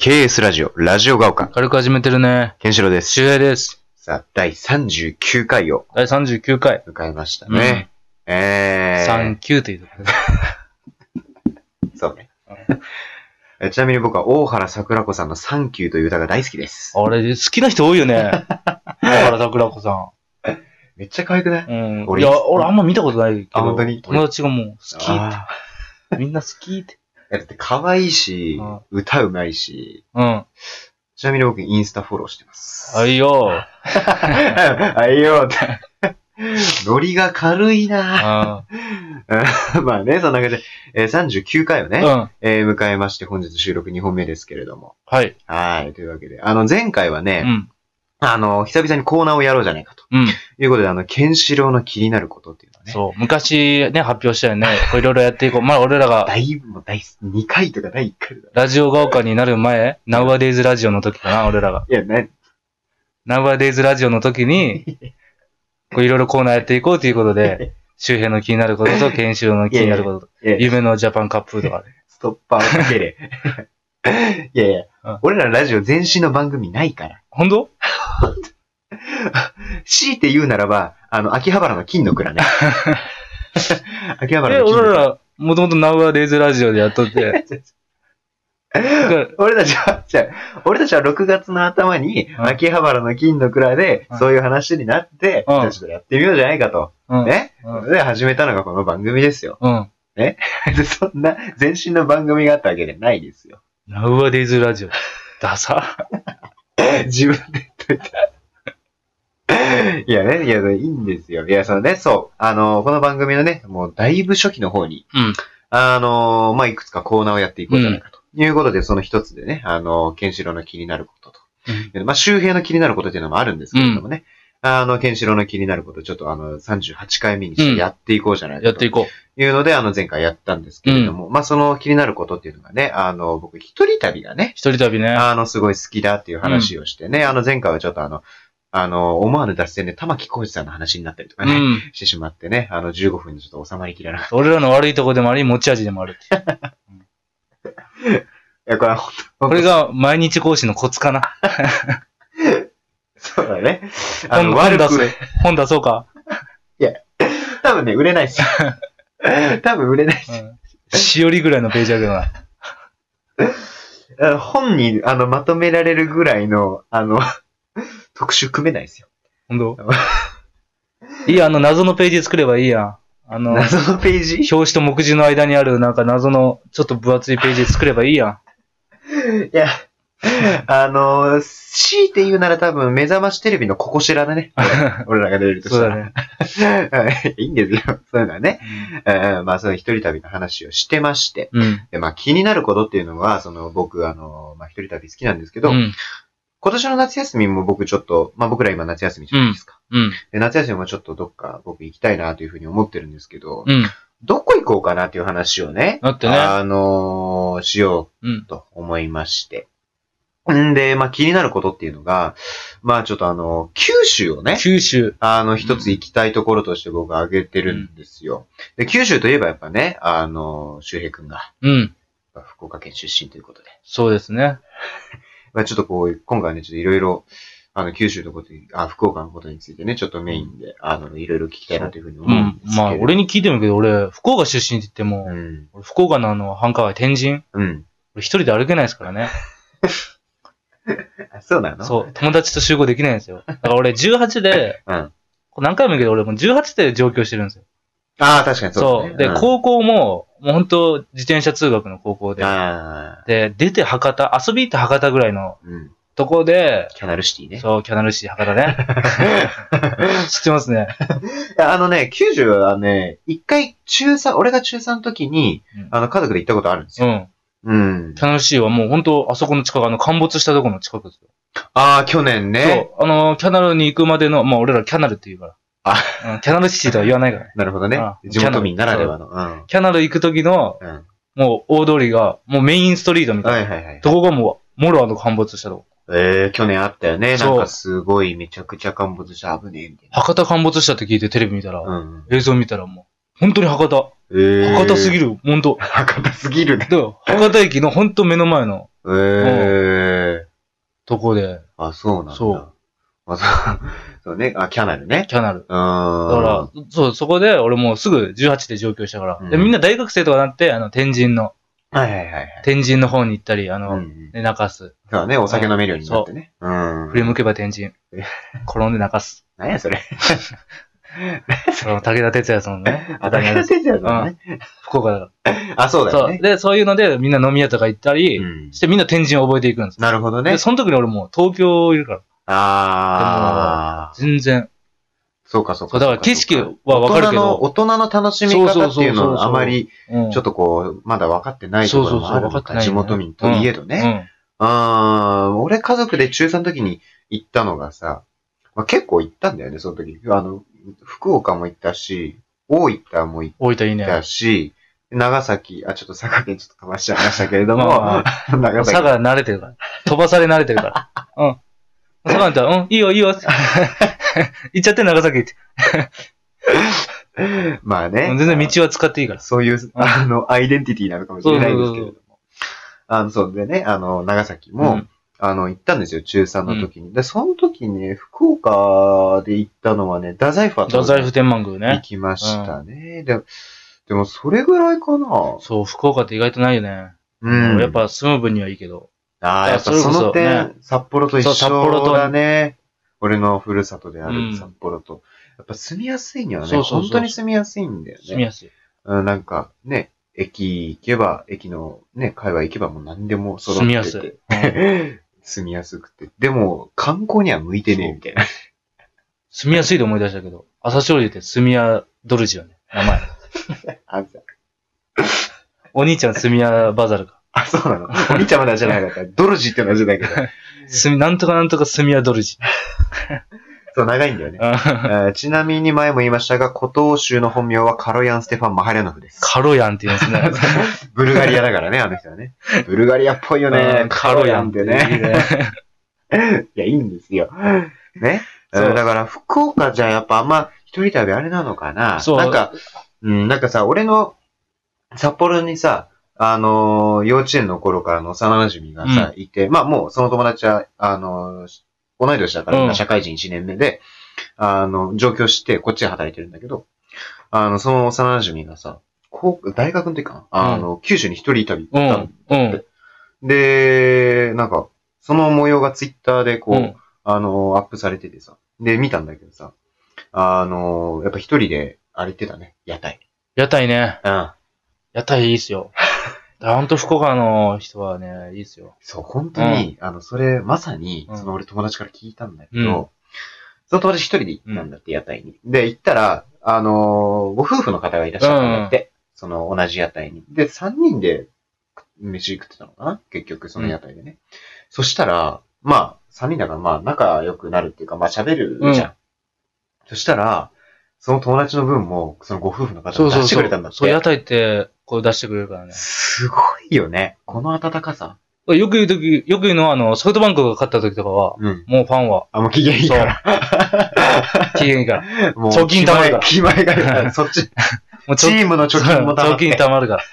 KS ラジオ、ラジオが丘。 軽く始めてるね。 ケンシロウです。 周平です。 さあ、第39回を第39回。 迎えましたね。 39というところで。そうね。ちなみに僕は大原桜子さんのサンキューという歌が大好きです。 あれ、好きな人多いよね。大原桜子さん。 めっちゃ可愛くない？ うん。いや、俺あんま見たことないけど。 あ、本当に？ 友達がもう好きって。みんな好きって。 だって可愛いし、歌うまいし。 うん。 ちなみに僕インスタフォローしてます。 はいよー。はいよーって。ノリが軽いなぁ。まあね、そんな感じで、39回をね、迎えまして本日収録2本目ですけれども。 はい。 はい。というわけで、前回はね、久々にコーナーをやろうじゃないかと。いうことで、ケンシロウの気になることっていうのはね。 そう。昔ね、発表したよね。いろいろやっていこう。まあ、俺らが。 第2回とか第1回とか。 ラジオが丘になる前、Nowadays ラジオの時かな、俺らが。 いや、 Nowadays ラジオの時に、いろいろコーナーやっていこうということで、周平の気になることと、ケンシロウの気になることと、夢のジャパンカップとかで。 ストッパーをかけれ。いやいや、俺らラジオ全身の番組ないから。 ほんと？ 強いて言うならば、秋葉原の金の蔵ね。秋葉原の金の蔵。 俺ら、もともとNowadaysラジオでやっとって。 俺たちは6月の頭に、秋葉原の金の蔵で、そういう話になって、ちょっとやってみようじゃないかと。ね。で、始めたのがこの番組ですよ。ね。そんな、全身の番組があったわけじゃないですよ。 Nowadaysラジオ。ダサ。 自分で言っといて。いやね、いいんですよ。いや、そう、この番組のね、もうだいぶ初期の方に、まあ、いくつかコーナーをやっていこうじゃないかと。いうことで、その一つでね、ケンシロウの気になることと。まあ、周平の気になることっていうのもあるんですけれどもね。ケンシロウの気になること、ちょっと38回目にしてやっていこうじゃないかと。 やっていこう。いうので、前回やったんですけれども、まあ、その気になることっていうのがね、僕、一人旅がね。 一人旅ね。 すごい好きだっていう話をしてね、前回はちょっと思わぬ脱線で玉木浩二さんの話になったりとかね、してしまってね、15分でちょっと収まりきらなかった。 俺らの悪いとこでもあり、持ち味でもある。 いや、 これが毎日講師のコツかな。 そうだね。 本出そうか。 いや、多分ね、売れないっす。多分売れないっす。 しおりぐらいのページあるよな。本に、まとめられるぐらいの、特集組めないっすよ。 ほんと？いいや、謎のページ作ればいいや。 謎のページ？ 表紙と目次の間にある、なんか謎の、ちょっと分厚いページ作ればいいや。 いや、強いて言うなら多分、目覚ましテレビのここ知らだね。俺らが出れるとしたら。そうだね。いいんですよ。そういうのはね。まあ、その一人旅の話をしてまして。で、まあ、気になることっていうのは、僕、まあ、一人旅好きなんですけど、今年の夏休みも僕ちょっと、まあ僕ら今夏休みじゃないですか。で夏休みもちょっとどっか僕行きたいなというふうに思ってるんですけど、どこ行こうかなっていう話をね、しようと思いまして。で、まあ気になることっていうのが、まあちょっと九州をね、一つ行きたいところとして僕挙げてるんですよ。で、九州といえばやっぱね、周平くんが、福岡県出身ということで。 そうですね。 まあちょっと今回ね、ちょっといろいろ、九州のこと福岡のことについてね、ちょっとメインで、いろいろ聞きたいなというふうに思うんですけど。 まあ、俺に聞いてもいいけど、俺、福岡出身って言っても、福岡の繁華街天神、俺一人で歩けないですからね。 そうなの？ そう、友達と集合できないんですよ。だから俺18で、何回も言うけど、俺も18で上京してるんですよ。 ああ、確かにそうですね。 で、高校も、もう本当自転車通学の高校で。で、出て博多、遊び行って博多ぐらいのとこで、 キャナルシティね。 そう、キャナルシティ博多ね。知ってますね。 90はね、一回俺が中3の時に、家族で行ったことあるんですよ。 キャナルシティはもう本当あそこの近く、陥没したところの近くですよ。 ああ、去年ね。 そう、キャナルに行くまでの、まあ俺らキャナルって言うから。キャナルシティとは言わないから。 なるほどね。地元民ならではの。 キャナル行くときの、もう大通りが、もうメインストリートみたいな。とこがもう、もろ陥没したとこ。 去年あったよね。なんかすごいめちゃくちゃ陥没した危ねえみたいな。 博多陥没したって聞いてテレビ見たら、映像見たらもう、本当に博多。博多すぎる、本当。 博多すぎるね。 博多駅の本当目の前の。 とこで。 あ、そうなんだ。 そう。 そうね。あ、キャナルね。 キャナル。だから、そう、そこで俺もうすぐ18で上京したから。で、みんな大学生とかなって、天神の。 はいはいはい。 天神の方に行ったり、ね、中洲。 そうね、お酒飲めるようになってね。 振り向けば天神。転んで中洲。 何やそれ。 武田鉄矢さんのね。 武田鉄矢さんね。 福岡だから。 あ、そうだよね。 で、そういうのでみんな飲み屋とか行ったり、してみんな天神を覚えていくんです。 なるほどね。 で、その時に俺もう東京いるから。 ああ。 全然。 そうかそうか。 だから景色はわかるけど。 大人の楽しみ方っていうのはあまり、ちょっとこう、まだ分かってないところもあるのか、地元民といえどね。俺家族で中3の時に行ったのがさ、結構行ったんだよね、その時。福岡も行ったし、大分も行ったし、長崎、ちょっと佐賀県ちょっと飛ばしちゃいましたけれども、 長崎。佐賀慣れてるから。飛ばされ慣れてるから。うん。佐賀だったら、いいよいいよ。行っちゃって長崎って。 まあね。 全然道は使っていいから。 そういう、アイデンティティなのかもしれないですけれども。そうでね、長崎も、行ったんですよ、中3の時に。で、その時ね、福岡で行ったのはね、太宰府太宰府天満宮ね。 行きましたね。でも、それぐらいかな。 そう、福岡って意外とないよね。やっぱ住む分にはいいけど。 やっぱその点、札幌と一緒だね。俺のふるさとである札幌と。やっぱ住みやすいにはね、本当に住みやすいんだよね。 住みやすい。 なんかね、駅行けば、駅のね、界隈行けばもう何でも揃ってて。 住みやすい。 住みやすくて。でも、観光には向いてねえみたいな。 住みやすいと思い出したけど、朝青龍って住谷ドルジよね、名前。お兄ちゃん住谷バザルか。 あ、そうなの。お兄ちゃんまだじゃなかった。ドルジってのはじゃないけど。 なんとかなんとか住谷ドルジ。 そう、長いんだよね。ちなみに前も言いましたが、古東州の本名はカロヤン・ステファン・マハリャノフです。 カロヤンって言うんですね。 ブルガリアだからね、あの人はね。ブルガリアっぽいよね。カロヤンってね。いや、いいんですよ。ね。だから、福岡じゃやっぱあんま一人旅あれなのかな。そう。なんかさ、俺の札幌にさ、幼稚園の頃からの幼馴染がさ、いて、まあもうその友達は、同い年だから今社会人1年目で、上京してこっちで働いてるんだけど、その幼馴染がさ、大学の時かな、九州に一人旅行ったんだって。で、なんか、その模様がツイッターでこう、アップされててさ、で、見たんだけどさ、やっぱ一人で歩いてたね、屋台。 屋台ね。屋台いいっすよ。ほんと福岡の人はね、いいっすよ。 そう、本当に、それ、まさに、俺友達から聞いたんだけど、その友達一人で行ったんだって、屋台に。で、行ったら、ご夫婦の方がいらっしゃったんだって、その同じ屋台に。で、3人で飯食ってたのかな結局、その屋台でね。そしたら、まあ、3人だから、まあ、仲良くなるっていうか、まあ、喋るじゃん。そしたら、その友達の分も、そのご夫婦の方が出してくれたんだって。 そう、屋台って、こう出してくれるからね。 すごいよね。この温かさ。 よく言うのは、ソフトバンクが勝った時とかは、もうファンは。 もう機嫌いいから。 機嫌いいから。もう貯金貯まるから。 気前がいいから。そっち。チームの貯金も貯まって。 貯金貯まるから。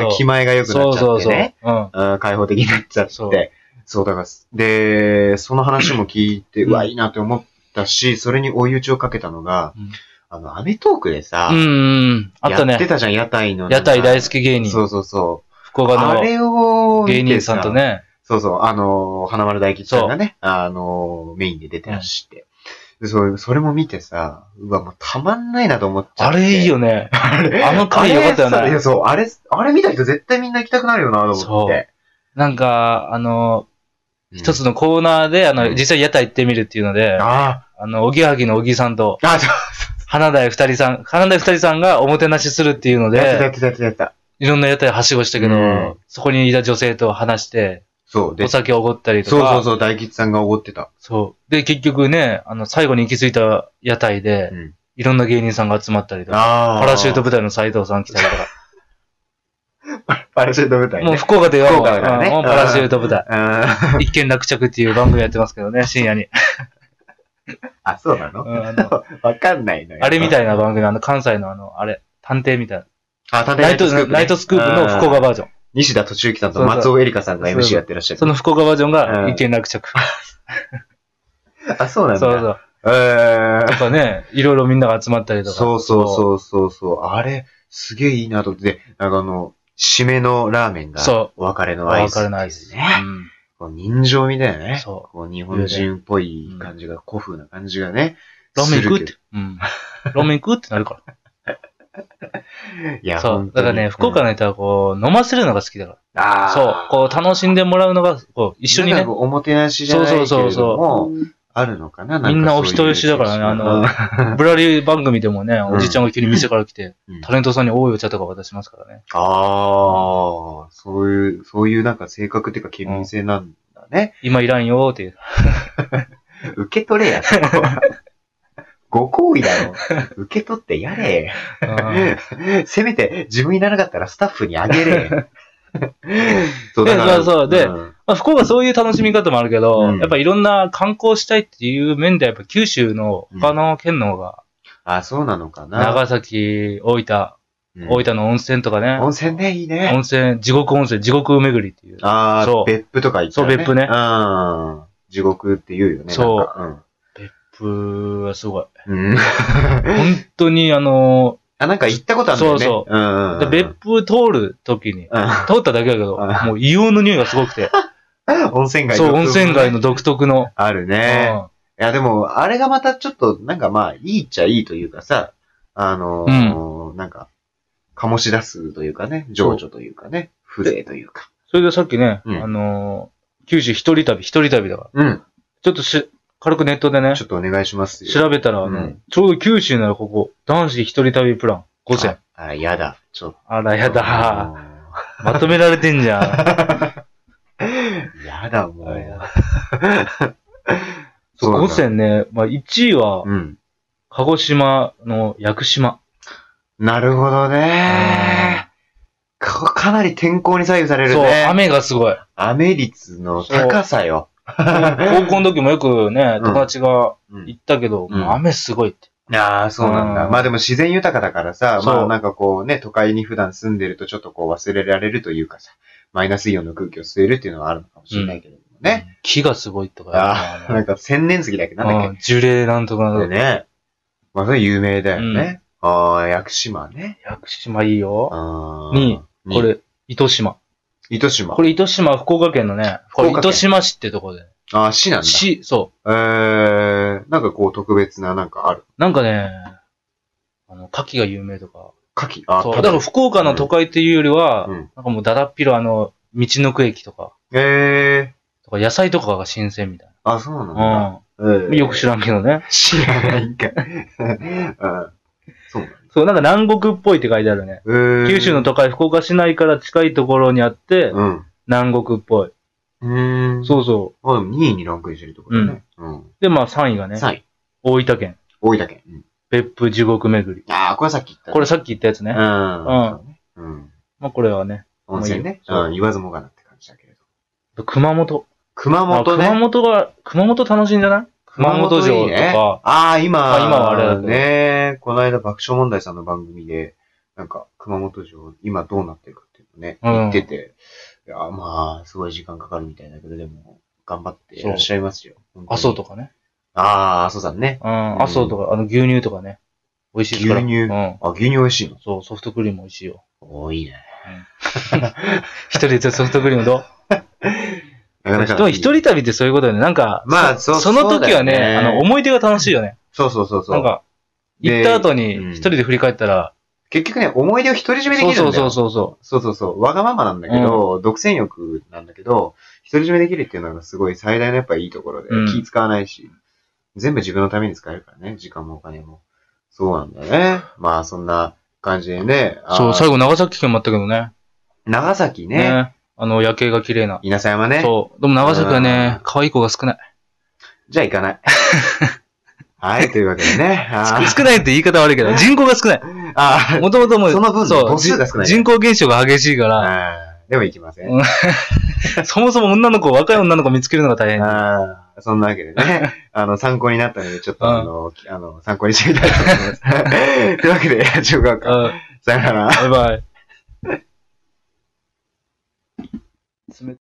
気前が良くなっちゃってね。開放的になっちゃって。そう、だから、で、その話も聞いて、うわ、いいなって思ったし、それに追い打ちをかけたのが、アメトークでさ、 あったね。 やってたじゃん、屋台の。 屋台大好き芸人。 そう。 福岡のあれを芸人さんとね。 そう、花丸大吉さんがね、メインで出てらして。それも見てさ、うわ、もうたまんないなと思っちゃって。 あれいいよね。あの回よかったよね。 いや、そう、あれ見た人絶対みんな行きたくなるよなと思って。 なんか、一つのコーナーで、実際屋台行ってみるっていうので、おぎやはぎのおぎさんと、花田二人さんがおもてなしするっていうので、 やった。 いろんな屋台はしごしたけど、そこにいた女性と話して、お酒をおごったりとか。 そう、大吉さんがおごってた。 そう。で、結局ね、最後に行き着いた屋台で、いろんな芸人さんが集まったりとか、パラシュート部隊の斉藤さん来たりとか。 パラシュート部隊ね。 もう福岡ではもう、 パラシュート部隊。一見落着っていう番組やってますけどね、深夜に。 あ、そうなのわかんないのよ。 あれみたいな番組、関西の探偵みたいな。 探偵ナイトスクープの福岡バージョン。 西田敏行さんと松尾恵里香さんが MC やってらっしゃる。 その福岡バージョンが一件落着。 あ、そうなんだ。 そうそう。とかね、いろいろみんなが集まったりとか。 そう。あれ、すげえいいなと思って、なんか締めのラーメンが、お別れのアイス、ね。お別れのアイスね。こう人情味だよね。そう。こう日本人っぽい感じが、古風な感じがね。 ラーメン行くって。ラーメン行くってなるから。いや、そう。だからね、福岡の人はこう、飲ませるのが好きだから。そう。こう、楽しんでもらうのが、こう、一緒にね。 おもてなしじゃないけれども、あるのかな、 みんなお人よしだからね、ブラリー番組でもね、おじちゃんが急に店から来て、タレントさんに多いお茶とか渡しますからね。 そういうなんか性格っていうか県民性なんだね。 今いらんよーっていう。 受け取れや、そこは。ご好意だろ。受け取ってやれ。せめて自分にならなかったらスタッフにあげれ。 そう。で、福岡そういう楽しみ方もあるけど、やっぱいろんな観光したいっていう面ではやっぱ九州の他の県の方が。 そうなのかな。 長崎、大分の温泉とかね。 温泉ね、いいね。 温泉、地獄巡りっていう。 別府とか行ったね。そう、別府ね。 地獄って言うよね。 そう。別府はすごい。本当になんか行ったことあるんだよね。で、別府通るときに、通っただけだけど、もう硫黄の匂いがすごくて。 温泉街そう、温泉街の独特の。 あるね。いや、でも、あれがまたちょっと、なんかまあ、いいっちゃいいというかさ、なんか、醸し出すというかね、情緒というかね、風情というか。 それでさっきね、九州一人旅だから。ちょっと軽くネットでね。 ちょっとお願いしますよ。 調べたら、ちょうど九州ならここ、男子一人旅プラン、5000。 やだ。 あら、やだ。まとめられてんじゃん。 やだ、もう。 そう、5000ね、まあ1位は、鹿児島の屋久島。 なるほどね。かなり天候に左右されるね。 そう、雨がすごい。 雨率の高さよ。 高校の時もよくね、友達が行ったけど、雨すごいって。 そうなんだ。まあでも自然豊かだからさ、まあなんかこうね、都会に普段住んでるとちょっとこう忘れられるというかさ、マイナスイオンの空気を吸えるっていうのはあるのかもしれないけれどもね。 木がすごいとか。なんか千年杉だっけなんだっけ樹齢なんとかでね。まあそれ有名だよね。屋久島ね。 屋久島いいよ。に、これ、糸島。これ糸島、福岡県のね、糸島市ってとこで。 市なんだ。 市、そう。 なんかこう特別ななんかある。 なんかね、牡蠣が有名とか。 牡蠣そう。だから福岡の都会っていうよりは、なんかもうだだっぴろ道の区駅とか。とか野菜とかが新鮮みたいな。そうなんだ。よく知らんけどね。 知らないんか。 そう、なんか南国っぽいって書いてあるね。九州の都会、福岡市内から近いところにあって、南国っぽい。そうそう。 2位にランクインしてるところね。 で、まあ3位がね。 3位。 大分県。別府地獄巡り。 これさっき言った。 これさっき言ったやつね。まあこれはね。 温泉ね。言わずもがなって感じだけれど。 熊本ね。 熊本楽しいんじゃない熊本城とか。 今はあれだね。この間爆笑問題さんの番組で、なんか熊本城、今どうなってるかっていうのね、言ってて、いや、まあ、すごい時間かかるみたいだけど、でも、頑張っていらっしゃいますよ。 阿蘇とかね。 阿蘇山ね。 阿蘇とか、牛乳とかね。美味しいですから。 牛乳。牛乳美味しいの？ そう、ソフトクリーム美味しいよ。 いいね。 一人でソフトクリームどう？一人旅ってそういうことだよね。なんか、まあ、その時はね、思い出が楽しいよね。 そう。 なんか、行った後に一人で振り返ったら、 結局ね、思い出を独り占めできるんだよ。 そう。 わがままなんだけど、独占欲なんだけど、独り占めできるっていうのがすごい最大のやっぱいいところで、気使わないし、全部自分のために使えるからね、時間もお金も。そうなんだよね。まあ、そんな感じでね。 そう、最後長崎県もあったけどね。 長崎ね。 夜景が綺麗な。 稲佐山ね。 そう。でも長崎はね、可愛い子が少ない。 じゃあ行かない。はい、というわけでね。 少ないって言い方悪いけど、人口が少ない。もともともう、 その分、母数が少ない。 人口減少が激しいから。 でも行きません。 そもそも若い女の子見つけるのが大変。 そんなわけでね。参考になったので、ちょっと参考にしてみたいと思います。というわけで、ラジオが丘。さよなら。 バイバイ。 冷